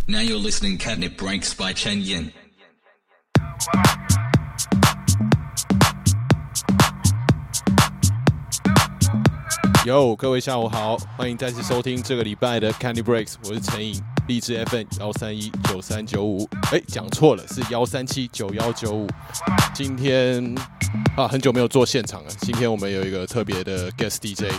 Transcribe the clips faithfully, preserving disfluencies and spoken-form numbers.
Now you're listening Catnip Breaks by Chen Yin. Yo， 各位下午好，欢迎再次收听这个礼拜的 Catnip Breaks， 我是陈颖，荔枝 F M 一三一九三九五，哎，讲错了，是一三七九一九五。今天啊，很久没有做现场了，今天我们有一个特别的 guest D J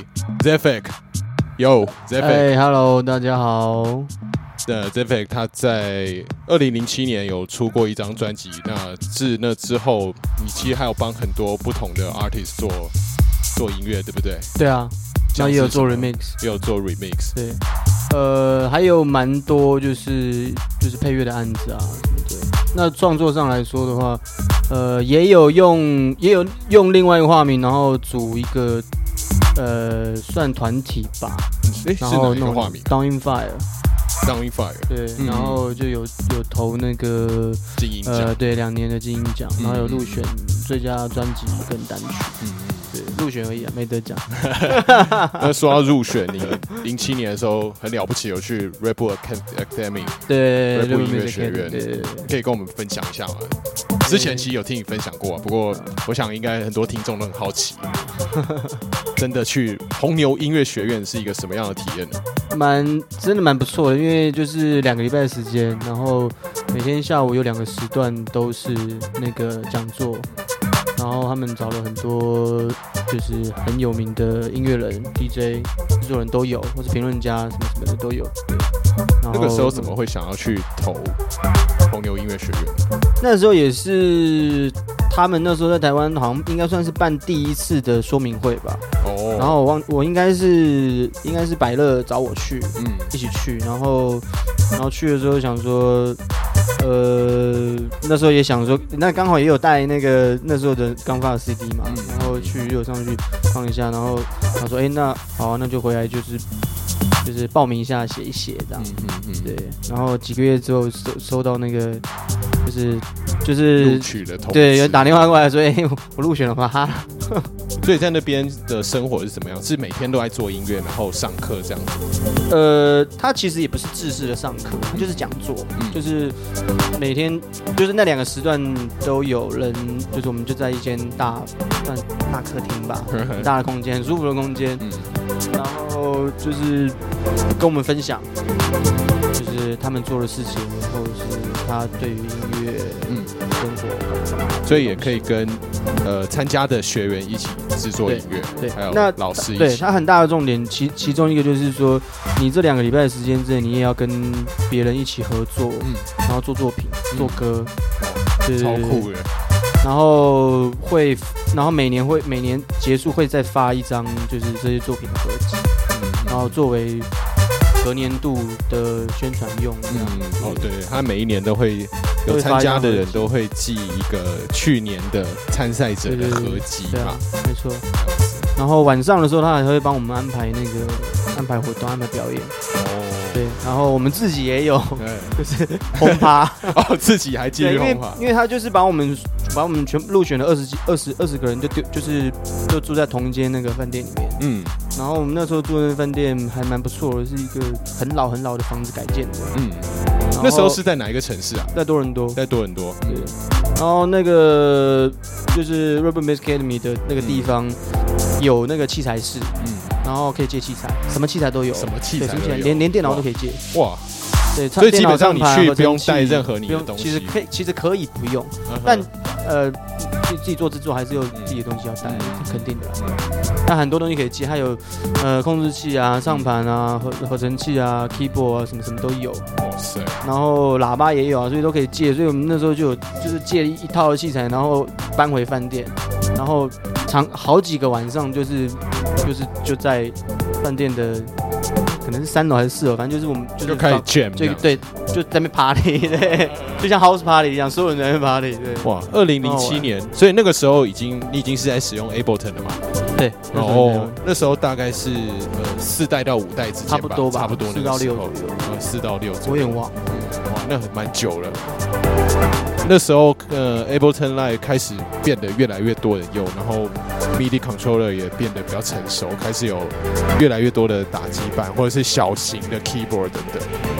Zefek。Yo Zefek， 哎 ，Hello， 大家好。 那 Zefek 他在二零零七年有出过一张专辑，那自那之后，你其实还有帮很多不同的 artist 做做音乐，对不对？ 对啊，那也有做 remix， 也有做 remix。 对，呃，还有蛮多就是就是配乐的案子啊什么的。那创作上来说的话，呃，也有用也有用另外一个化名，然后组一个呃算团体吧。 哎，是哪一个化名 ？Down in Fire。Down in Fire， 对、嗯，然后就有有投那个金鹰奖， 呃，对，两年的金鹰奖，然后有入选最佳专辑跟单曲，嗯，对，入选而已啊，没得奖。 那说到入选，你零七年的时候很了不起，有去 Red Bull Academy， 对 ，Red Bull 音乐学院，对对对，可以跟我们分享一下吗？之前其实有听你分享过、啊，不过我想应该很多听众都很好奇，真的去红牛音乐学院是一个什么样的体验呢？ 蛮真的蛮不错的，因为就是两个礼拜的时间，然后每天下午有两个时段都是那个讲座，然后他们找了很多就是很有名的音乐人、D J、制作人都有，或是评论家什么什么的都有。对，然后那个时候怎么会想要去投红牛音乐学院？ 那时候也是他们那时候在台湾好像应该算是办第一次的说明会吧。哦。然后我忘我应该是应该是百乐找我去，嗯，一起去，然后然后去的时候想说，呃，那时候也想说，那刚好也有带那个那时候的刚发的 C D 嘛，嗯、然后去就上去放一下，然后他说，哎、欸，那好、啊，那就回来就是。就是报名一下，写一写这样，嗯嗯嗯，对。然后几个月之后收收到那个，就是就是录取的通知， 对，有人打电话过来说，哎、欸，我入选了吗？哈。 所以在那边的生活是怎么样？是每天都在做音乐，然后上课这样子？ 呃，他其实也不是制式的上课，他就是讲座，嗯、就是每天就是那两个时段都有人，就是我们就在一间大算大客厅吧，很大的空间，很舒服的空间，嗯、然后就是跟我们分享，就是他们做的事情，或者是他对于音乐、嗯、生活， 所以也可以跟呃参加的学员一起制作音乐， 对， 还有那老师一起。 对，他很大的重点，其其中一个就是说，你这两个礼拜的时间之内，你也要跟别人一起合作，嗯，然后做作品、嗯、做歌， 对，超酷的。 然后会，然后每年会每年结束会再发一张，就是这些作品的合集，嗯、然后作为隔年度的宣传用。嗯， 哦，对，他每一年都会有参加的人都会寄一个去年的参赛者的合集嘛， 对啊，没错。然后晚上的时候，他还会帮我们安排那个安排活动、安排表演。哦，对，然后我们自己也有，就是轰趴哦，自己还继续轰趴， 因为他就是把我们把我们全部入选了二十几、二十二十个人，就丢就是就住在同一间那个饭店里面。嗯，然后我们那时候住的那饭店还蛮不错的，是一个很老很老的房子改建的。嗯， 那时候是在哪一个城市啊？ 在多伦多， 在多伦多。 对，然后那个就是 Red Bull Academy 的那个地方。有那个器材室，嗯，然后可以借器材，什么器材都有， 什么器材都有， 连连电脑都可以借。 哇， 对， 所以基本上你去不用带任何你的东西， 其实可以，其实可以不用，嗯、但呃，自己做制作还是有自己的东西要带，嗯、肯定的。那很多东西可以借，还有呃控制器啊、上盘啊、合合成器啊、keyboard 啊，什么什么都有。 哇塞！ 然后喇叭也有啊，所以都可以借。所以我们那时候就有就是借一套的器材，然后搬回饭店，然后。长好几个晚上，就是就是就在饭店的，可能是三楼还是四楼，反正就是我们就是就开始 jam， 就对，就在那边 party， 对，就像 house party 一样，所有人在那边 party， 对。 哇，二零零七年，所以那个时候已经你已经是在使用 Ableton 了嘛？ 对。 哦，那时候大概是呃四代到五代之间吧， 差不多吧， 差不多四到六左右， 呃四到六左右， 我有点忘， 哇，那蛮久了。那时候呃 Ableton Live 开始变得越来越多人用，然后 M I D I controller 也变得比较成熟，开始有越来越多的打击板或者是小型的 keyboard 等等。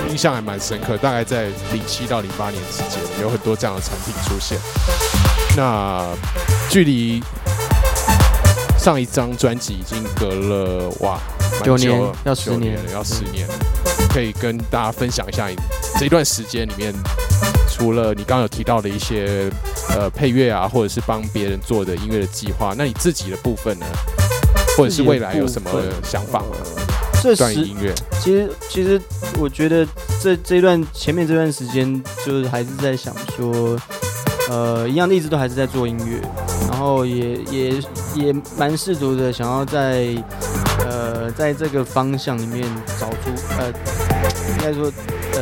印象还蛮深刻，大概在零七到零八年之间，有很多这样的产品出现。那距离上一张专辑已经隔了哇， 九年，要十年了，要十年了。可以跟大家分享一下你这一段时间里面，除了你刚刚有提到的一些呃配乐啊，或者是帮别人做的音乐的计划，那你自己的部分呢？或者是未来有什么想法吗？这段音乐， 其实其实我觉得这这一段前面这段时间，就是还是在想说，呃，一样的一直都还是在做音乐，然后也也也蛮试图的想要在呃在这个方向里面找出呃，应该说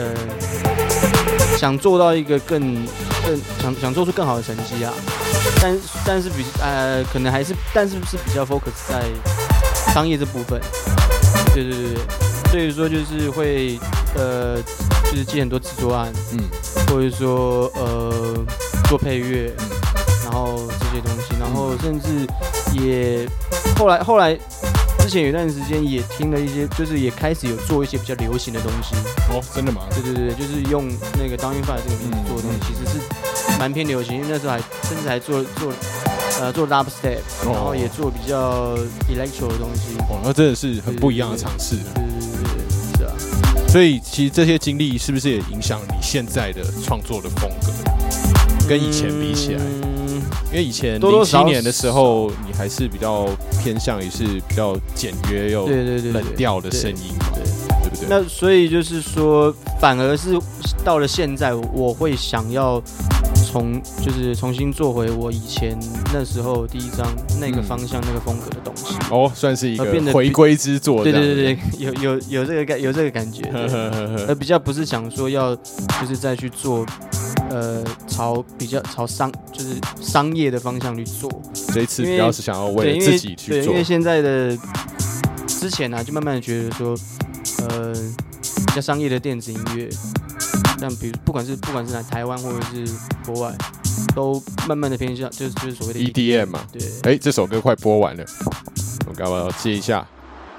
呃想做到一个更更想想做出更好的成绩啊，但但是比呃可能还是但是是比较 focus 在商业这部分。对对对对，所以说就是会呃，就是接很多制作案，嗯，或者说呃做配乐，嗯，然后这些东西，然后甚至也后来后来之前有一段时间也听了一些，就是也开始有做一些比较流行的东西。 哦，真的吗？ 对对对，就是用那个 Down In Fire 这个名字做的东西，其实是蛮偏流行，因为那时候还甚至还做做。呃，做 dubstep， 然后也做比较 electro 的东西。 哦，那真的是很不一样的尝试。 对对对，是啊。 所以其实这些经历是不是也影响你现在的创作的风格，跟以前比起来？嗯，因为以前零七年的时候，你还是比较偏向于是比较简约又冷调的声音嘛，对对不对？ 那所以就是说，反而是到了现在，我会想要。重就是重新做回我以前那时候第一张那个方向、嗯、那个风格的东西哦，算是一个回归之作。 对对对对，有有有这个感有这个感觉，而比较不是想说要就是再去做呃朝比较朝商就是商业的方向去做。 这一次比较是想要为了自己去做， 对，因为现在的之前呢、啊，就慢慢的觉得说呃比较商业的电子音乐。像比如不管是不管是在台湾或者是国外，都慢慢的偏向就是就是所谓的 E D M 嘛。 对， 哎、欸，这首歌快播完了，我们要不要接一下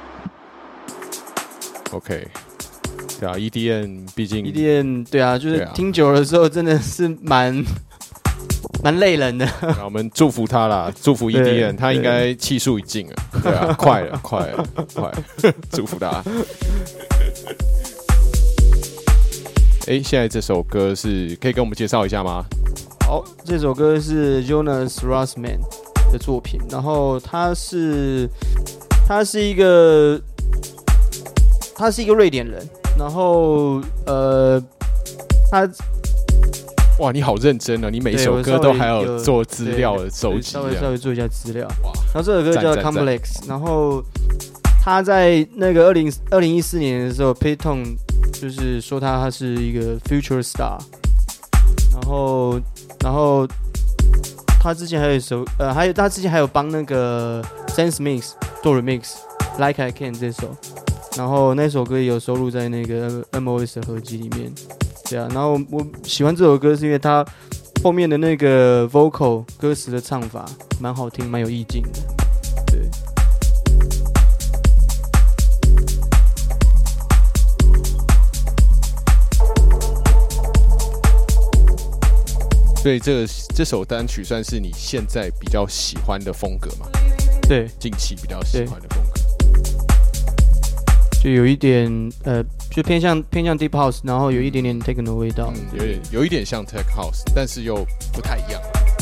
？OK， 对啊 ，E D M 毕竟 E D M 对啊，就是听久了之后真的是蛮蛮累人的。 那我们祝福他啦，祝福 E D M， 他应该气数已尽了，对啊，快了，快了，快了，祝福他。哎，现在这首歌是可以跟我们介绍一下吗？ 好，这首歌是 Jonas Rossman 的作品，然后他是他是一个他是一个瑞典人，然后呃他哇，你好认真啊！你每一首歌都还有做资料的收集， 稍微稍微做一下资料。哇，然后这首歌叫 Complex， 然后他在那个二零二零一四年的时候 ，Payton 就是说他他是一个 future star， 然后然后他之前还有一首呃，还有他之前还有帮那个 Sam Smith 做 remix，Like I Can 这首，然后那首歌也有收录在那个 M O S 的合集里面，对啊，然后我喜欢这首歌是因为他后面的那个 vocal 歌词的唱法蛮好听，蛮有意境的，对。 所以这个这首单曲算是你现在比较喜欢的风格吗？ 对， 近期比较喜欢的风格， 就有一点呃，就偏向偏向 deep house， 然后有一点点 techno 的味道， 嗯、有点有一点像 tech house， 但是又不太一样。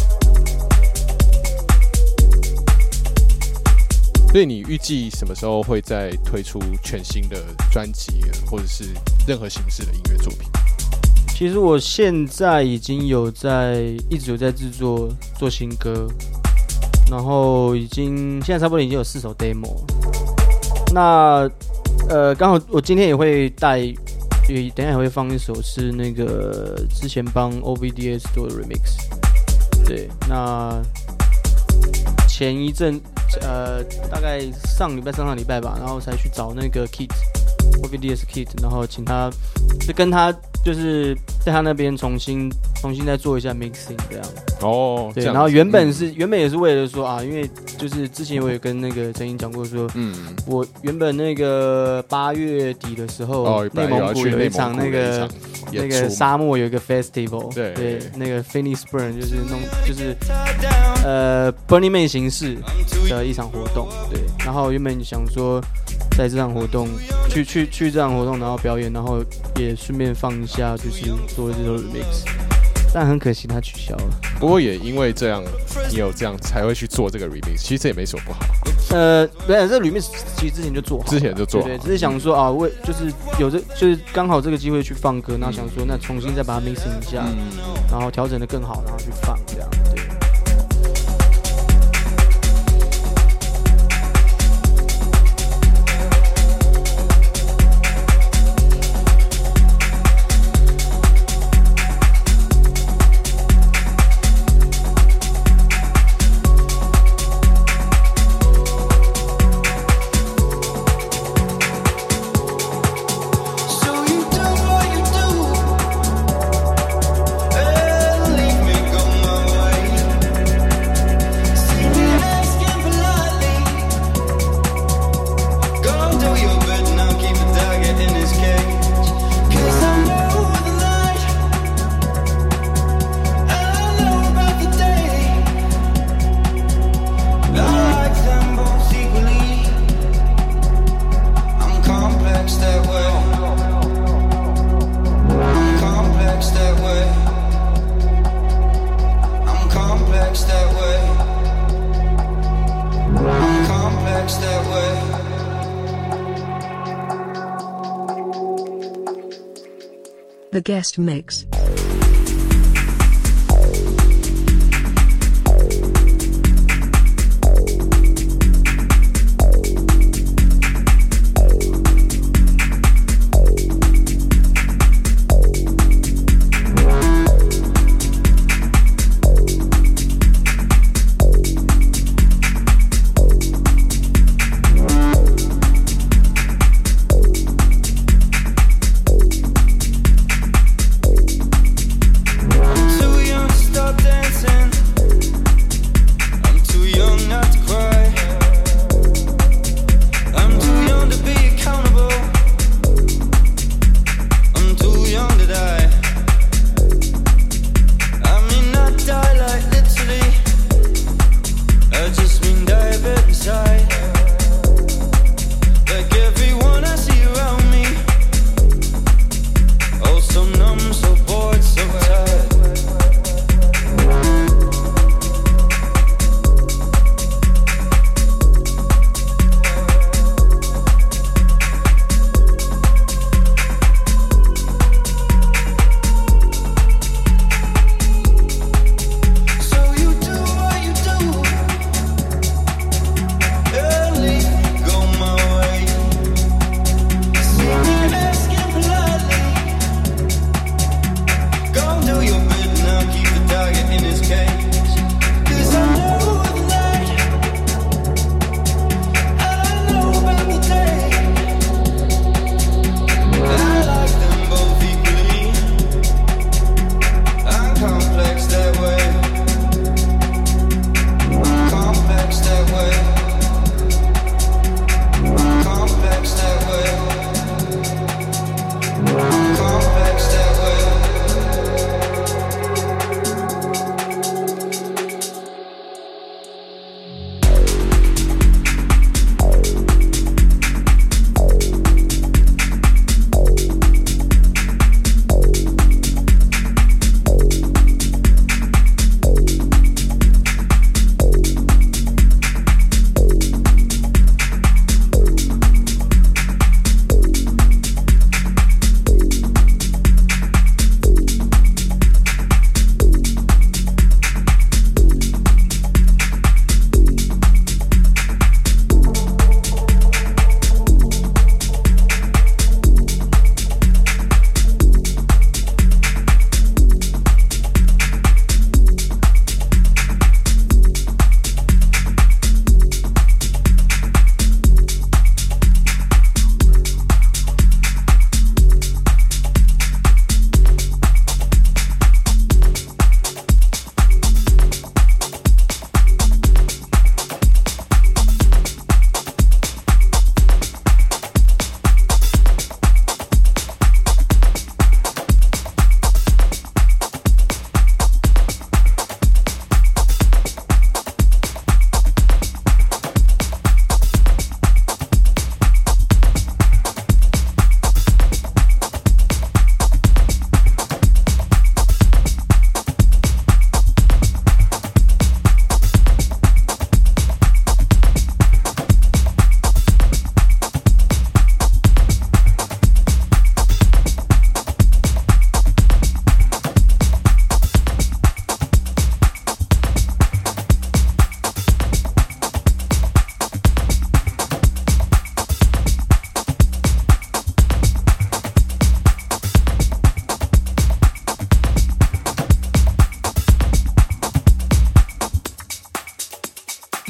所以你预计什么时候会再推出全新的专辑，或者是任何形式的音乐作品？ 其实我现在已经有在一直有在制作做新歌，然后已经现在差不多已经有四首 demo。那呃，刚好我今天也会带，也等一下也会放一首是那个之前帮 O V D S 做的 remix。对，那前一阵呃大概上礼拜上上礼拜吧，然后才去找那个 Kit O V D S Kit， 然后请他就跟他。就是在他那边重新重重新再做一下 mixing 这样。 哦， 对，然后原本是、嗯、原本也是为了说啊，因为就是之前我也跟那个陈英讲过说，嗯，我原本那个八月底的时候，内、哦、蒙古有一场那个那个沙漠有一个 festival， 对, 对，那个 Phoenix Burn 就是弄就是呃 Burning Man 形式的一场活动，对，然后原本想说在这场活动去去去这场活动，然后表演，然后也顺便放一下，就是做这首 remix。但很可惜，它取消了。 不过也因为这样，你有这样才会去做这个 remix， 其实这也没什么不好。 呃，对，这 remix 其实之前就做好， 之前就做好， 对，只是想说啊，为就是有这就是刚好这个机会去放歌，然后想说那重新再把它 mixing 一下，嗯、然后调整的更好，然后去放这样，对。 The guest mix.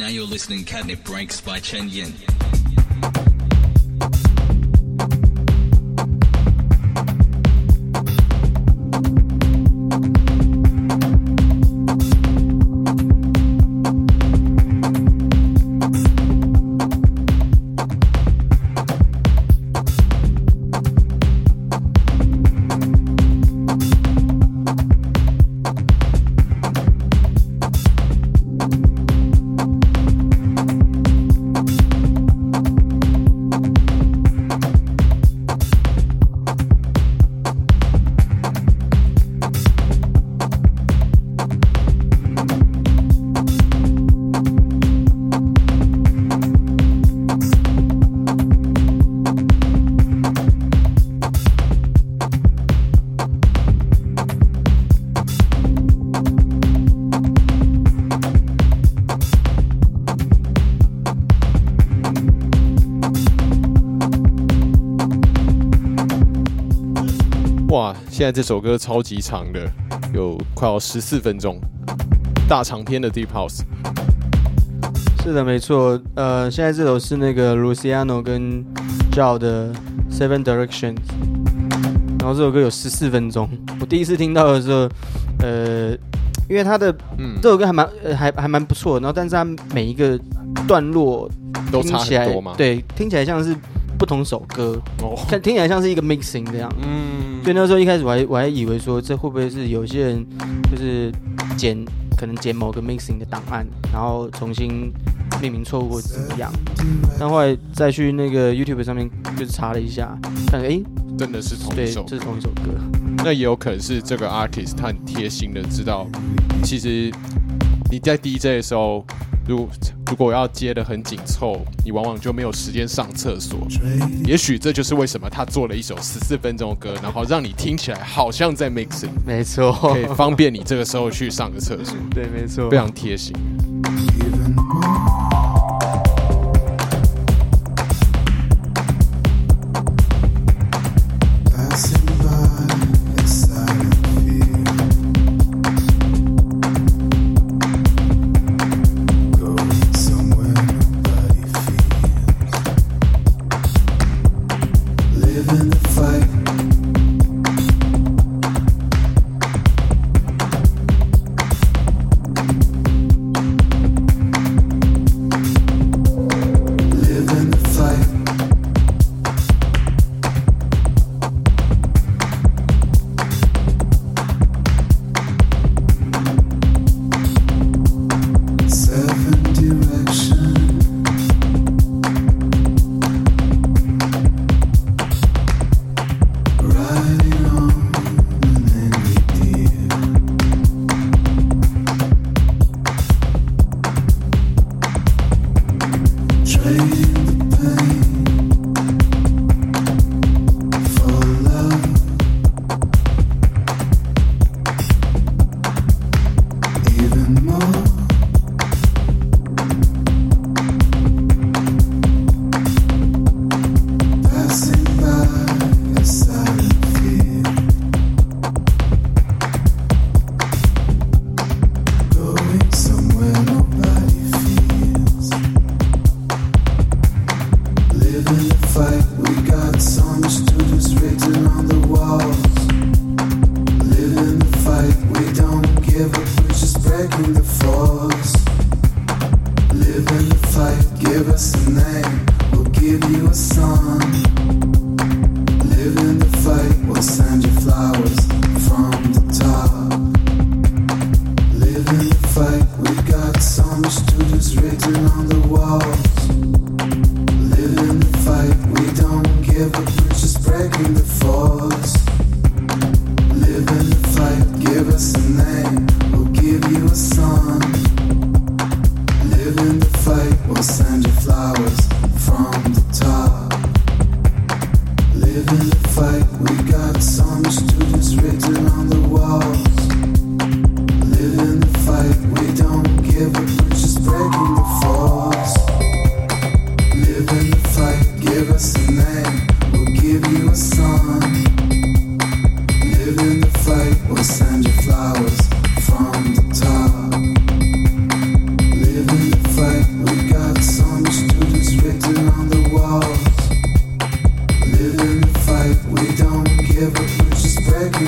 Now you're listening Catnip Breaks by Chen Yin. 哇，现在这首歌超级长的，有快要十四分钟，大长篇的 Deep House。 是的，没错。呃，现在这首是那个 Luciano 跟 Joe 的 Seven Directions， 然后这首歌有十四分钟。我第一次听到的时候，呃，因为它的、嗯、这首歌还蛮、呃、还还蛮不错的，然后但是它每一个段落都差很多嘛， 对，听起来像是不同首歌，哦、听起来像是一个 mixing 这样。嗯，所以那时候一开始我还我还以为说这会不会是有些人就是剪可能剪某个 mixing 的档案，然后重新命名错误或者怎么样。但后来再去那个 YouTube 上面就是查了一下，看哎， 真的是同一首歌， 这是同一首歌。 那也有可能是这个 artist 他很贴心的知道，其实你在 D J 的时候，如如果要接得很紧凑，你往往就没有时间上厕所。也许这就是为什么他做了一首十四分钟的歌，然后让你听起来好像在 mixing。 没错， 可以方便你这个时候去上个厕所。 对，没错， 非常贴心。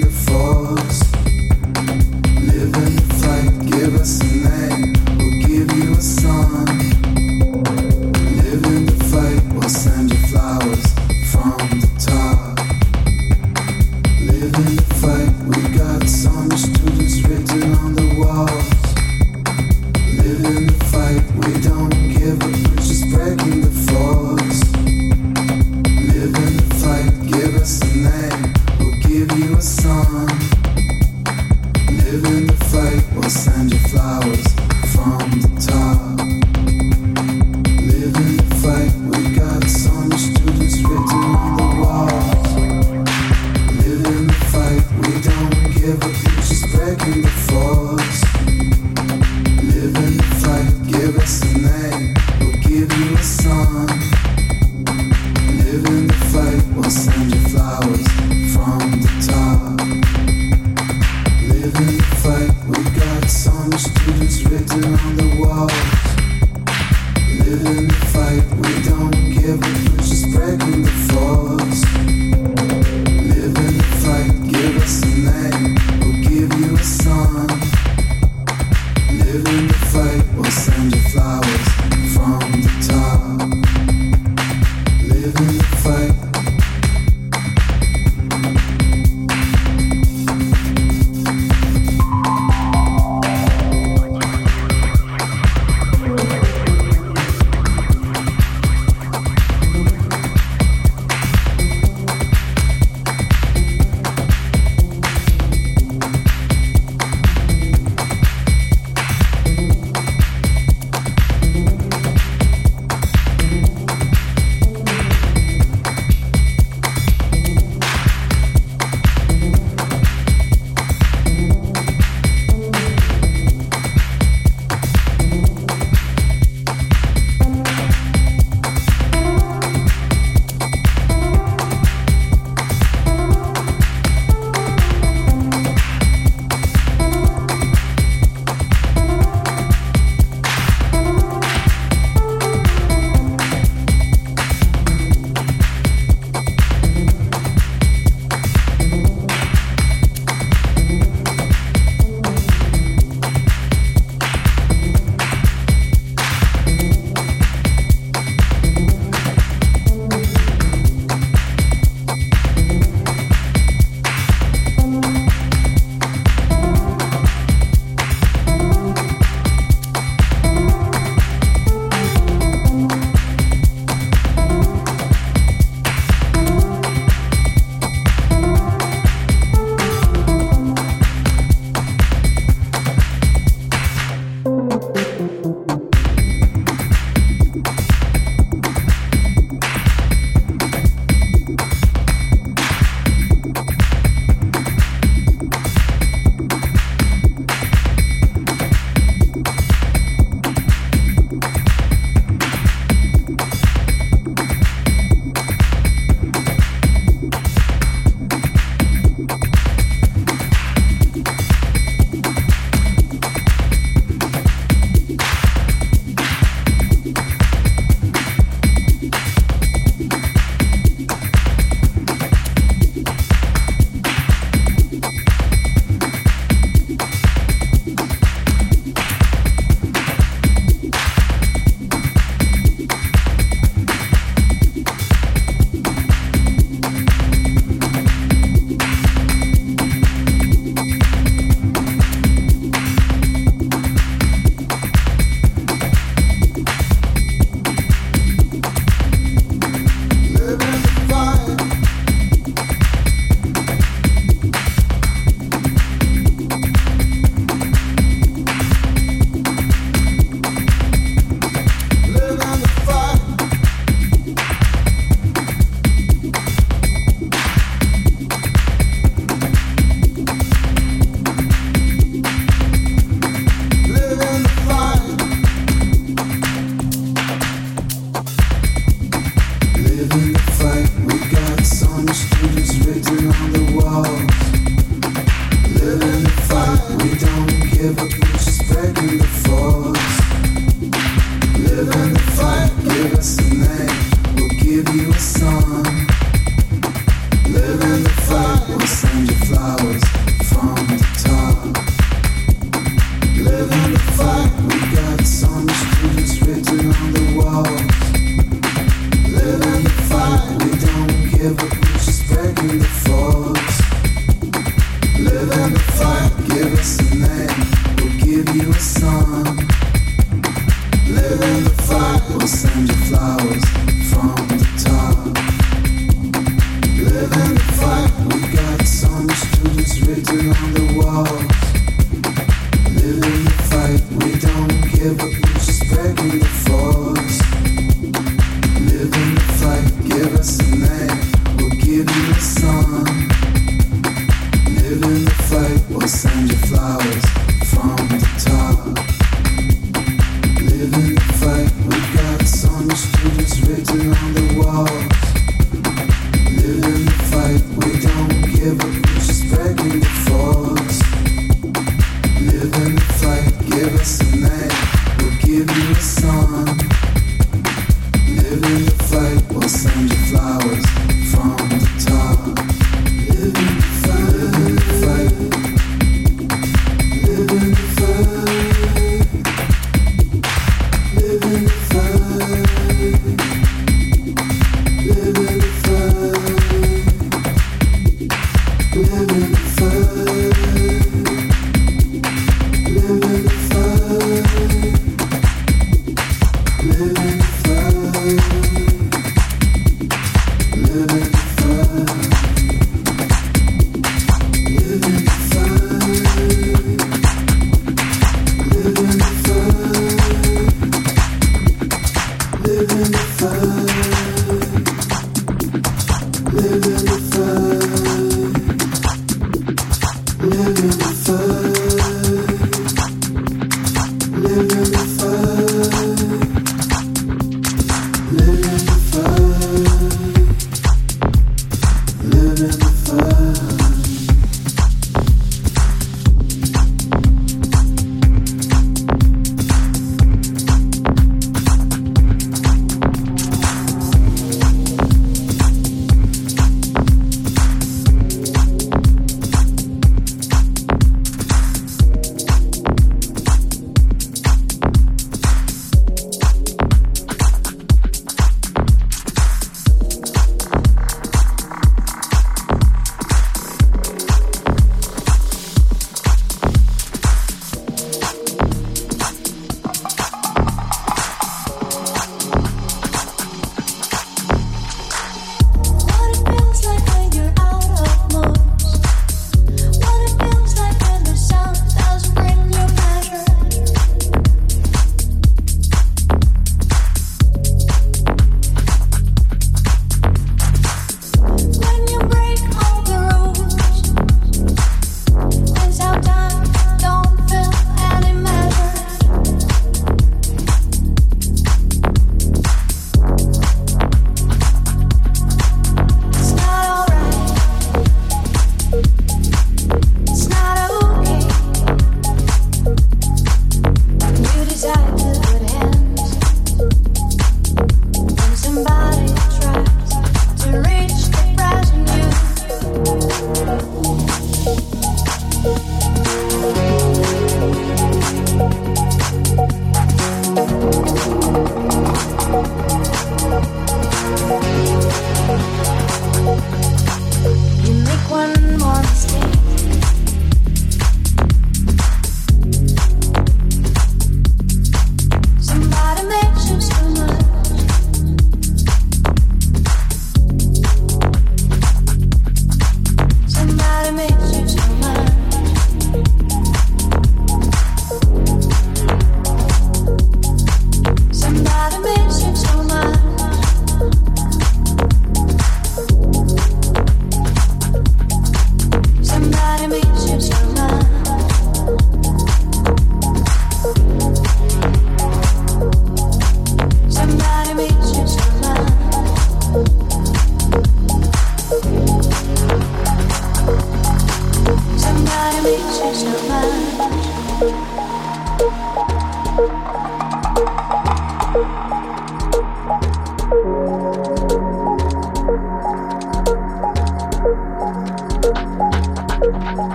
the force. Live in the fight, give us a name, we'll give you a song. Live in the fight, we'll send you flowers from the top. Live in the fight, we got some students written on the walls. Live in the fight, we don't give up, we're just breaking the force. Live in the fight, give us a name, we'll give you a song. Live in the fight, we'll send you flowers from the top. Live in the fight, we got some students written on the walls. Live in the fight, we don't give up, we're just breaking the force. Live in the fight, give us a name, we'll give you a song. Live in the fight, we'll send you flowers from the top. Live in the fight, we got some students written on the walls. Live in the fight, we don't give up, we're just breaking the force. Live in the fight, give us a name, we'll give you a song. flowers from the top. Live in the fight, we got summer students written on the walls. Live in the fight, we don't give up, we're just breaking the force. Live in the fight, give us a name, we'll give you a song. Live in the fight, we'll send you flowers from the top. Live in the fight, live in the fight. Live in the fight. Live in the fight. Live in the fight. Live in the fight. Live in the fight. Live in the fight. Live in the fight. Live in the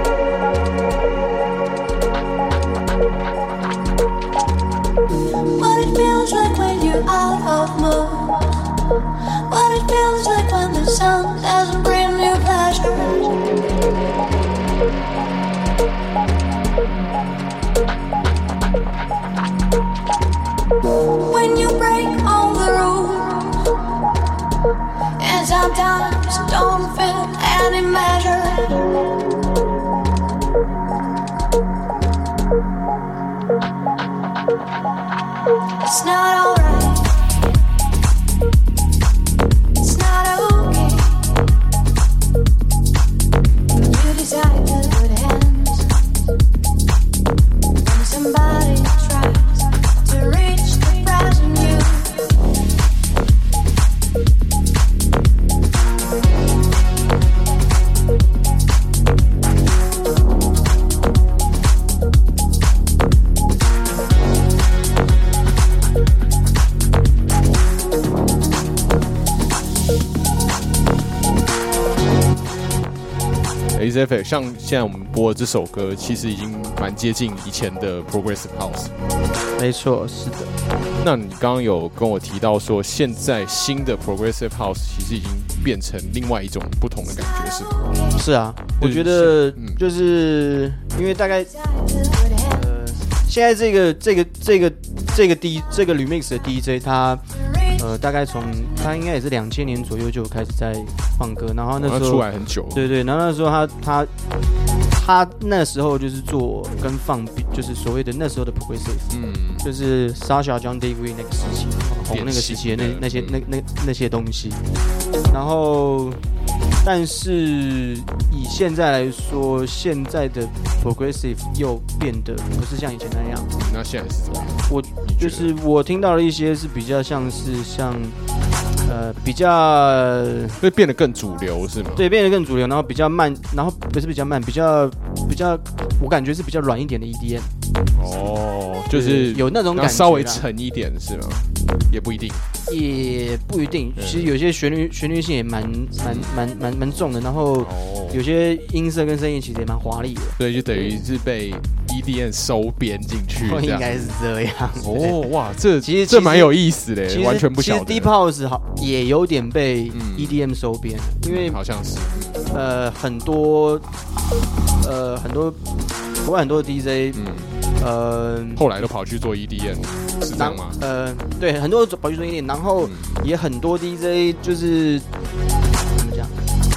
What It's not alright. It's not okay. You decide to put hands when somebody tries to reach the prize in you. A Z F 像现在我们播的这首歌，其实已经蛮接近以前的 Progressive House。 没错，是的。 那你刚刚有跟我提到说，现在新的 Progressive House 其实已经变成另外一种不同的感觉，是吗？ 是啊，我觉得就是因为大概呃，现在这个这个这个这个 D 这个 remix 的 D J 他。呃，大概从他应该也是两千年左右就开始在放歌，然后那时候、 哦、出来很久， 对对，然后那时候他他他那时候就是做跟放，就是所谓的那时候的 progressive， 嗯，就是 Sasha John David 那个时期红那个时期的那那些那那那些东西，然后但是以现在来说，现在的 progressive 又变得不是像以前那样。 那现在是怎么样？ 我就是我听到的一些是比较像是像呃比较会变得更主流是吗？ 对，变得更主流，然后比较慢，然后不是比较慢，比较比较，我感觉是比较软一点的 E D M。 哦，就是有那种感觉， 稍微沉一点是吗？也不一定， 也不一定。其实有些旋律旋律性也蛮蛮蛮蛮蛮重的，然后有些音色跟声音其实也蛮华丽的。 对，就等于是被 E D M 收编进去， 应该是这样。 哦，哇，这其实这蛮有意思的，完全不晓得。 其实 Deep House 好也有点被 E D M 收编，因为好像是呃很多呃很多国外很多 D J， 嗯。呃， 后来都跑去做 E D M， 是这样吗？ 呃，对，很多人跑去做 E D M， 然后也很多 D J 就是怎么讲，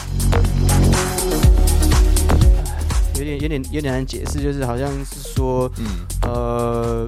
有点有点有点难解释，就是好像是说，嗯，呃，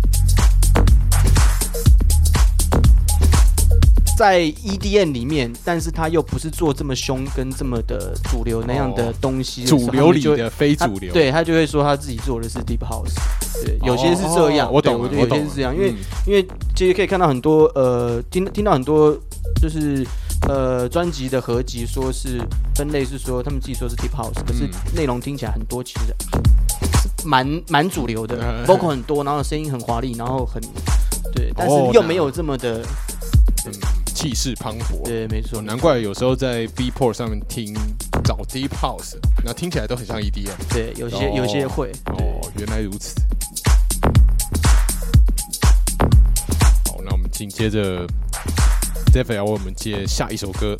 在 E D M 里面，但是他又不是做这么凶跟这么的主流那样的东西， 哦、主流里的非主流， 他对他就会说他自己做的是 Deep House。对，有些是这样， 哦、我懂了， 我觉得有些是这样，因为、嗯、因为其实可以看到很多呃，听听到很多就是呃专辑的合集，说是分类是说他们自己说是 Deep House，、嗯、可是内容听起来很多其实蛮蛮主流的、嗯、，vocal 很多，然后声音很华丽，然后很对，但是又没有这么的嗯气势磅礴。 对，没错， 难怪有时候在 Beatport 上面听找 Deep House， 然后听起来都很像 E D M。 对，有些、哦、有些会。 哦，原来如此。好，那我们紧接着 Jeff 要为我们接下一首歌。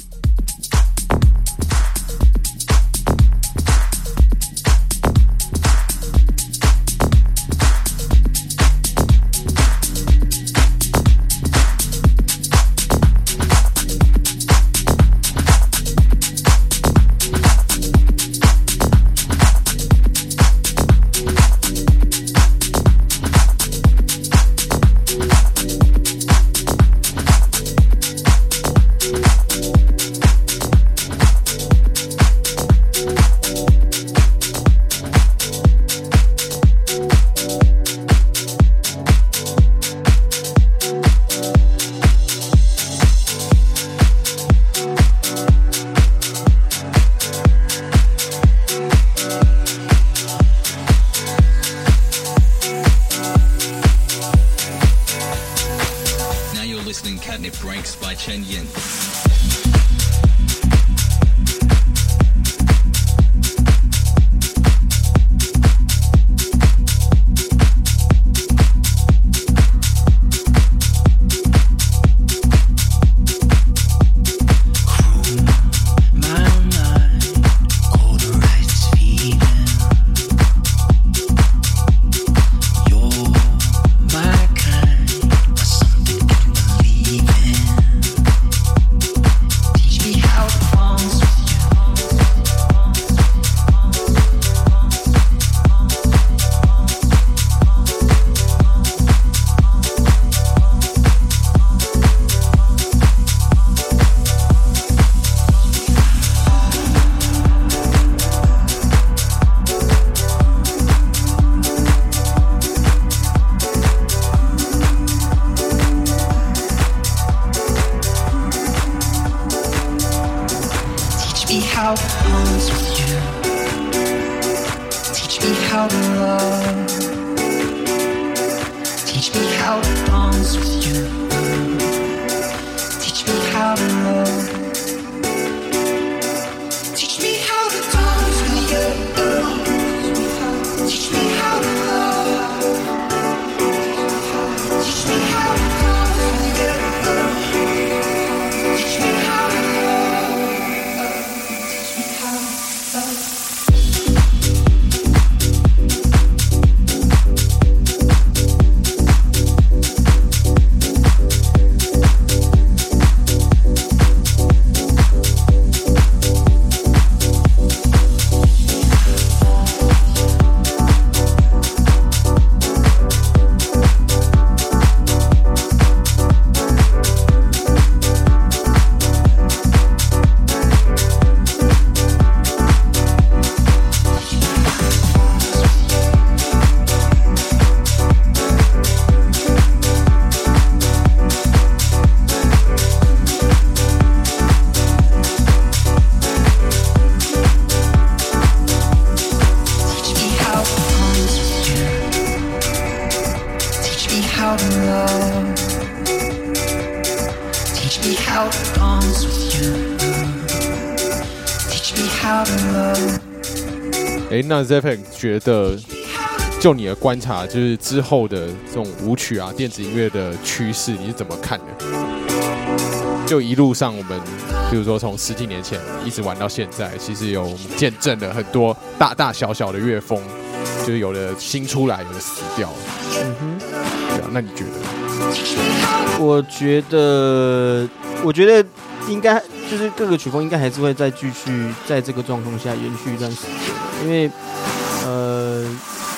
My kind of something to believe in. how to love. Teach me how to dance with you. Teach me how to love. 哎，那 Zeppelin 觉得，就你的观察，就是之后的这种舞曲啊、电子音乐的趋势，你是怎么看的？就一路上，我们比如说从十几年前一直玩到现在，其实有见证了很多大大小小的乐风，就是有的新出来，有的死掉。嗯哼，对啊，那你觉得？ 我觉得，我觉得应该就是各个曲风应该还是会再继续在这个状况下延续一段时间，因为呃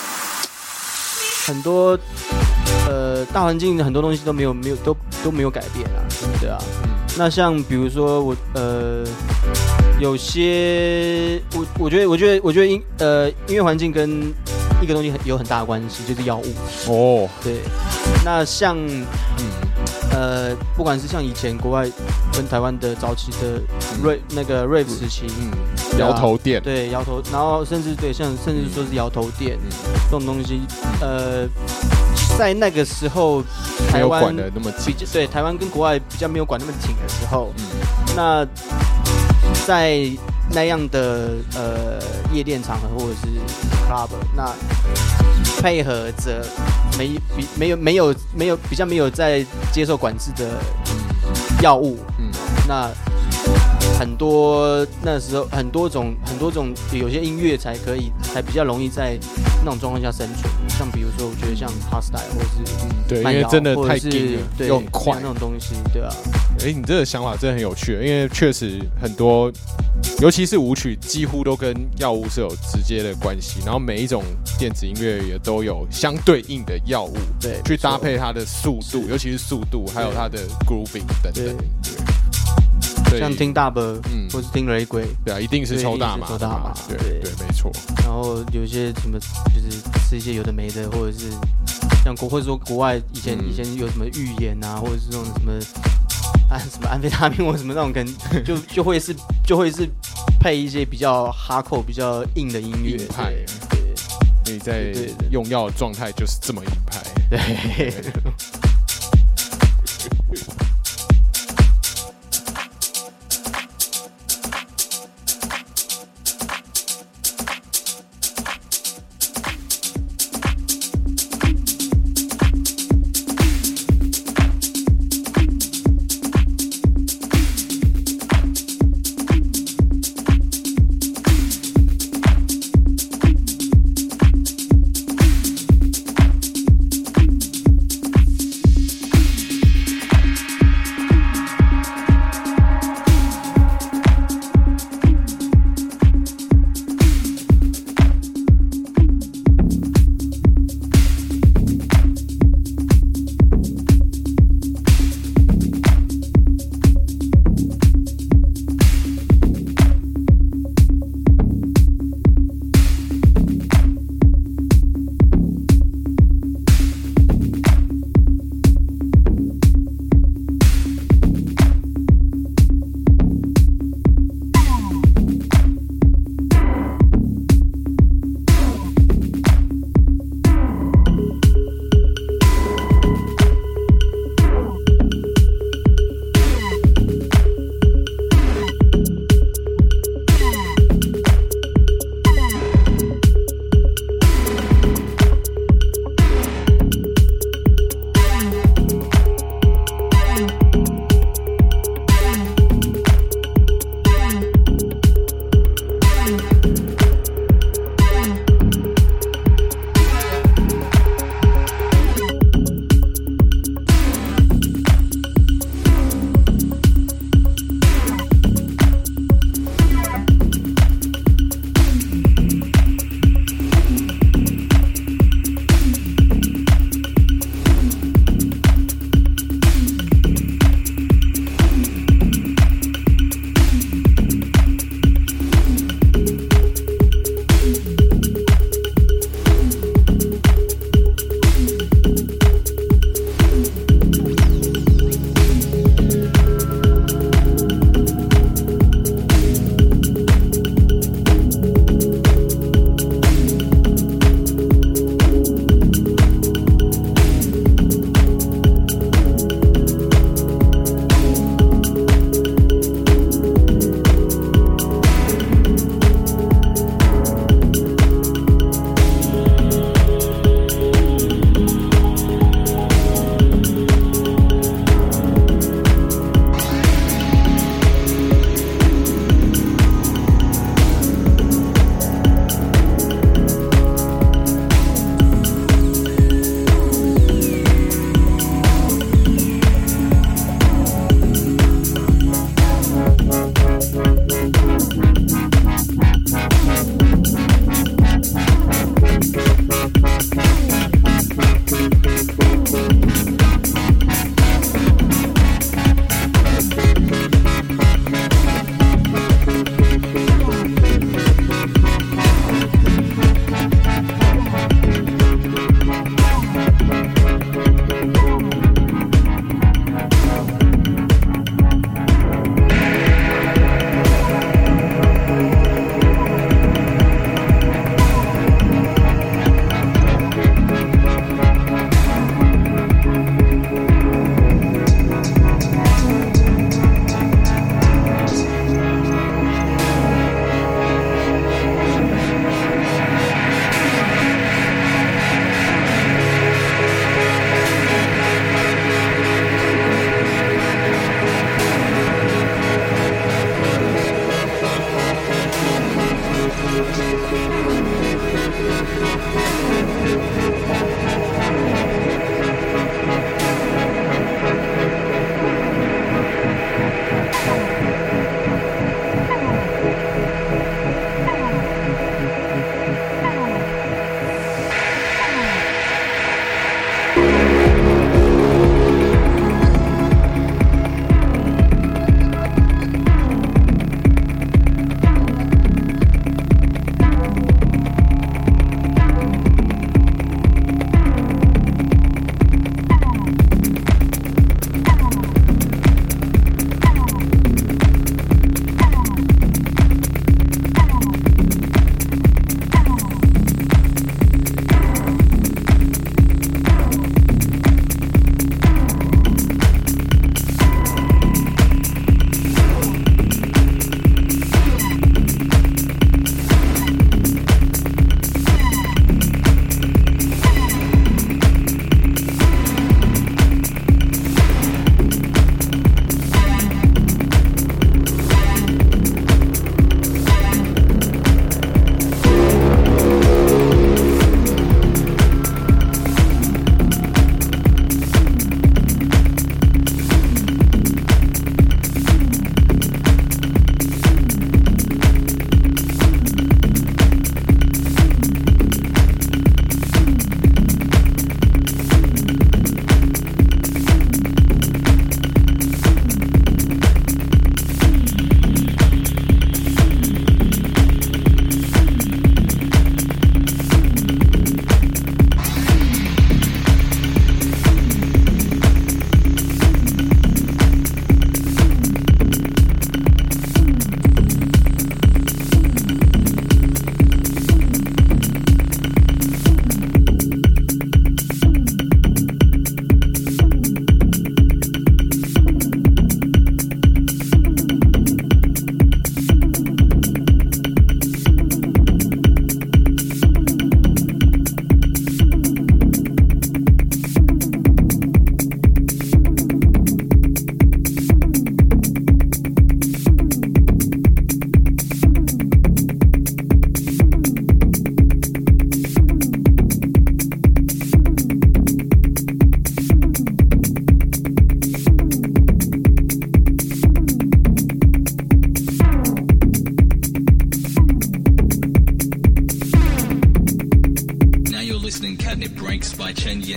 很多呃大环境很多东西都没有没有都都没有改变啊，对啊。那像比如说我呃有些我我觉得我觉得我觉得音呃音乐环境跟一个东西有很大的关系，就是药物哦。对，那像嗯呃不管是像以前国外跟台湾的早期的 rap 那个 rap 时期，嗯， 摇头店， 对摇头，然后甚至对像甚至说是摇头店、嗯、这种东西，呃。在那个时候，台湾管得那么紧， 对台湾跟国外比较没有管那么紧的时候，嗯、那在那样的呃夜店场合或者是 club， 那配合着没比没有没有没有比较没有在接受管制的药物，嗯，那很多那时候很多种很多种有些音乐才可以才比较容易在那种状况下生存，像比如说我觉得像 hardstyle 或者是、嗯、 对，因为真的太紧了， 对， 又很快那种东西，对啊。 哎、欸，你这个想法真的很有趣，因为确实很多，尤其是舞曲，几乎都跟药物是有直接的关系，然后每一种电子音乐也都有相对应的药物， 对， 去搭配它的速度，尤其是速度，还有它的 grooving 等等。对， 像听大波，嗯，或是听雷鬼， 对啊，一定是抽大麻， 抽大麻， 对 对, 对，没错。 然后有一些什么，就是吃一些有的没的，或者是像国，或者说国外以前、嗯、以前有什么预言啊，或者是这种什么安什么安非他命或什么那种，可能就就会是就会是配一些比较哈扣、比较硬的音乐硬派。对，你在用药的状态就是这么硬派。 对。对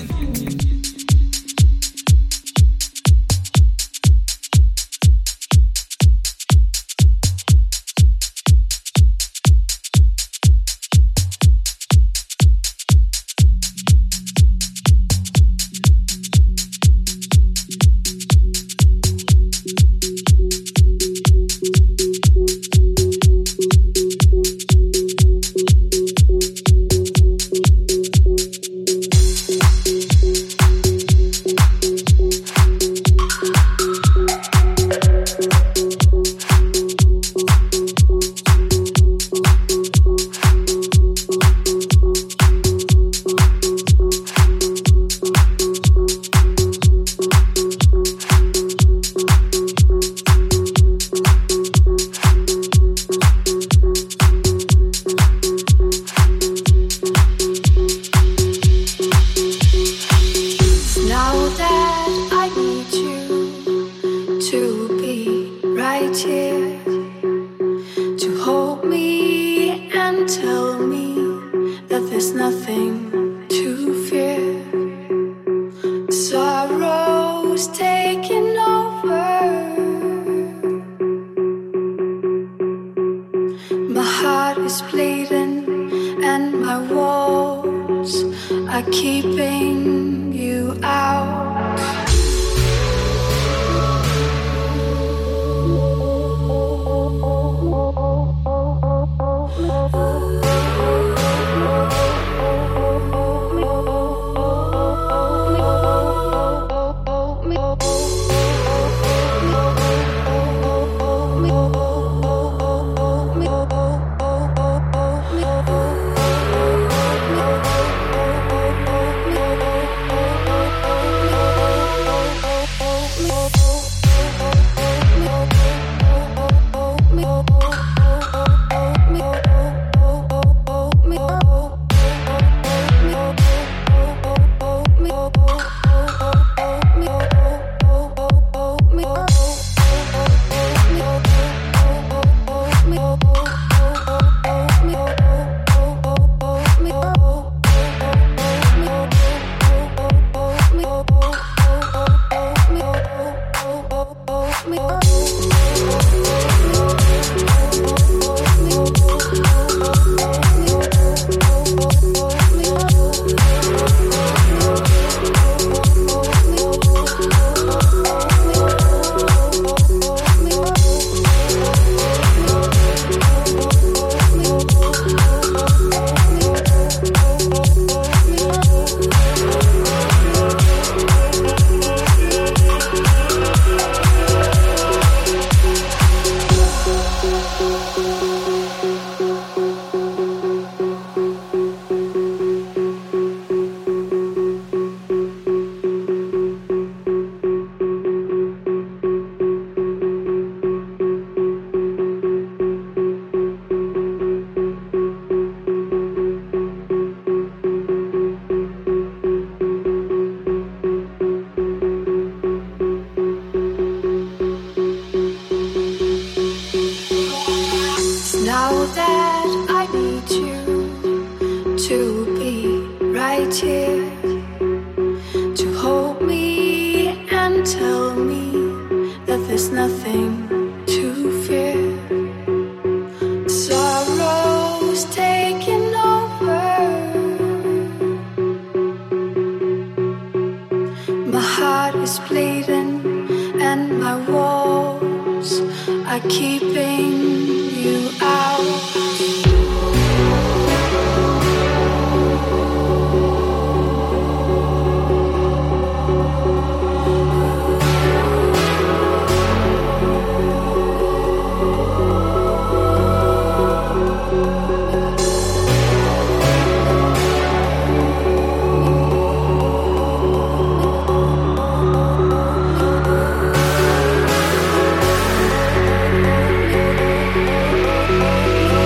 Thank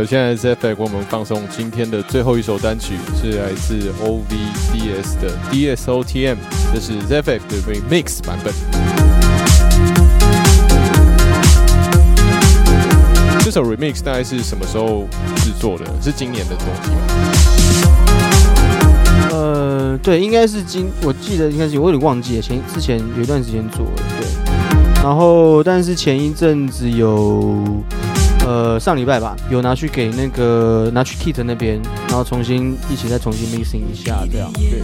现在 Zefek 为我们放送今天的最后一首单曲，是来自 O V D S 的 D S O T M， 这是 Zefek 的 Remix 版本。这首 Remix 大概是什么时候制作的？是今年的东西吗？ 呃，对，应该是今，我记得应该是，我有点忘记了，前之前有一段时间做的，对。然后，但是前一阵子有，呃，上礼拜吧，有拿去给那个拿去 Kit 那边，然后重新一起再重新 mixing 一下，这样，对。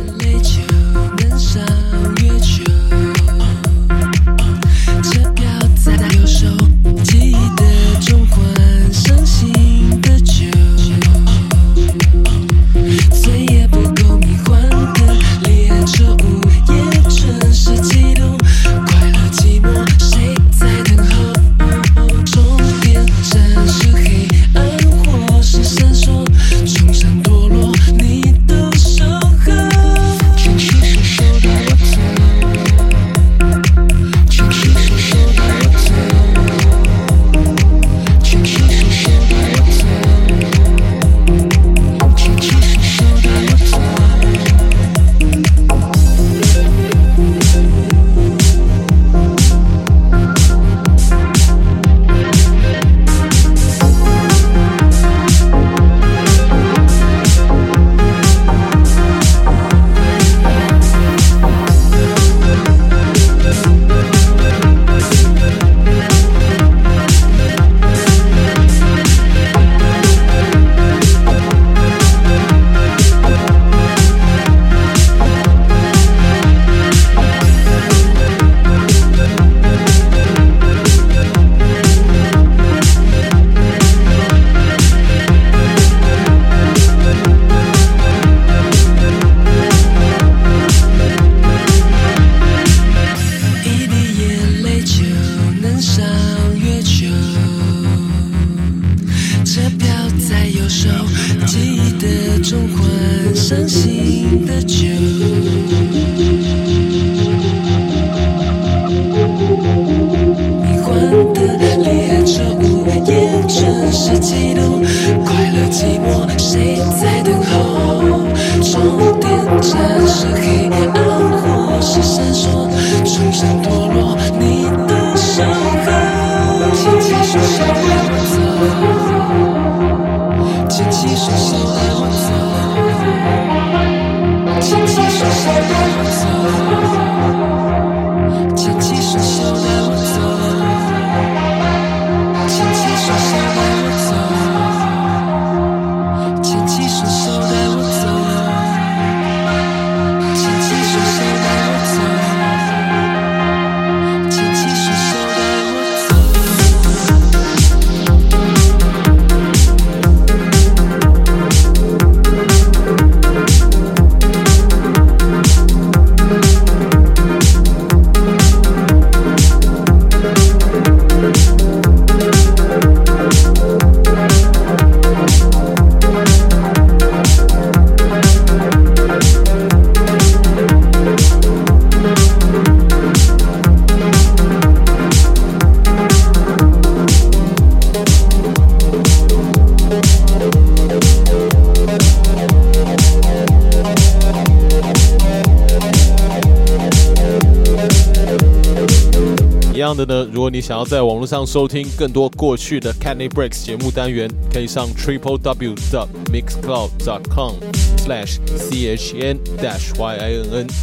一样的呢，如果你想要在网络上收听更多过去的 Kenny Breaks 节目单元，可以上 triple w dot mixcloud dot com slash c h n dash y i n n。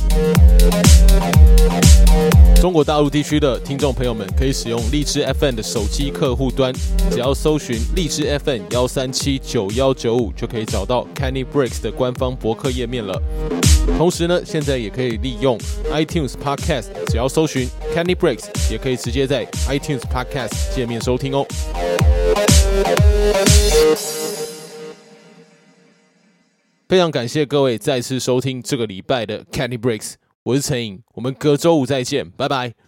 中国大陆地区的听众朋友们可以使用荔枝 F M 的手机客户端，只要搜寻荔枝 F M 一三七九一九五，就可以找到 Kenny Breaks 的官方博客页面了。同时呢，现在也可以利用 iTunes Podcast， 只要搜寻 Kenny Breaks， 也可以直接在 iTunes Podcast 界面收听哦。非常感谢各位再次收听这个礼拜的 Kenny Breaks， 我是陈颖，我们隔周五再见，拜拜。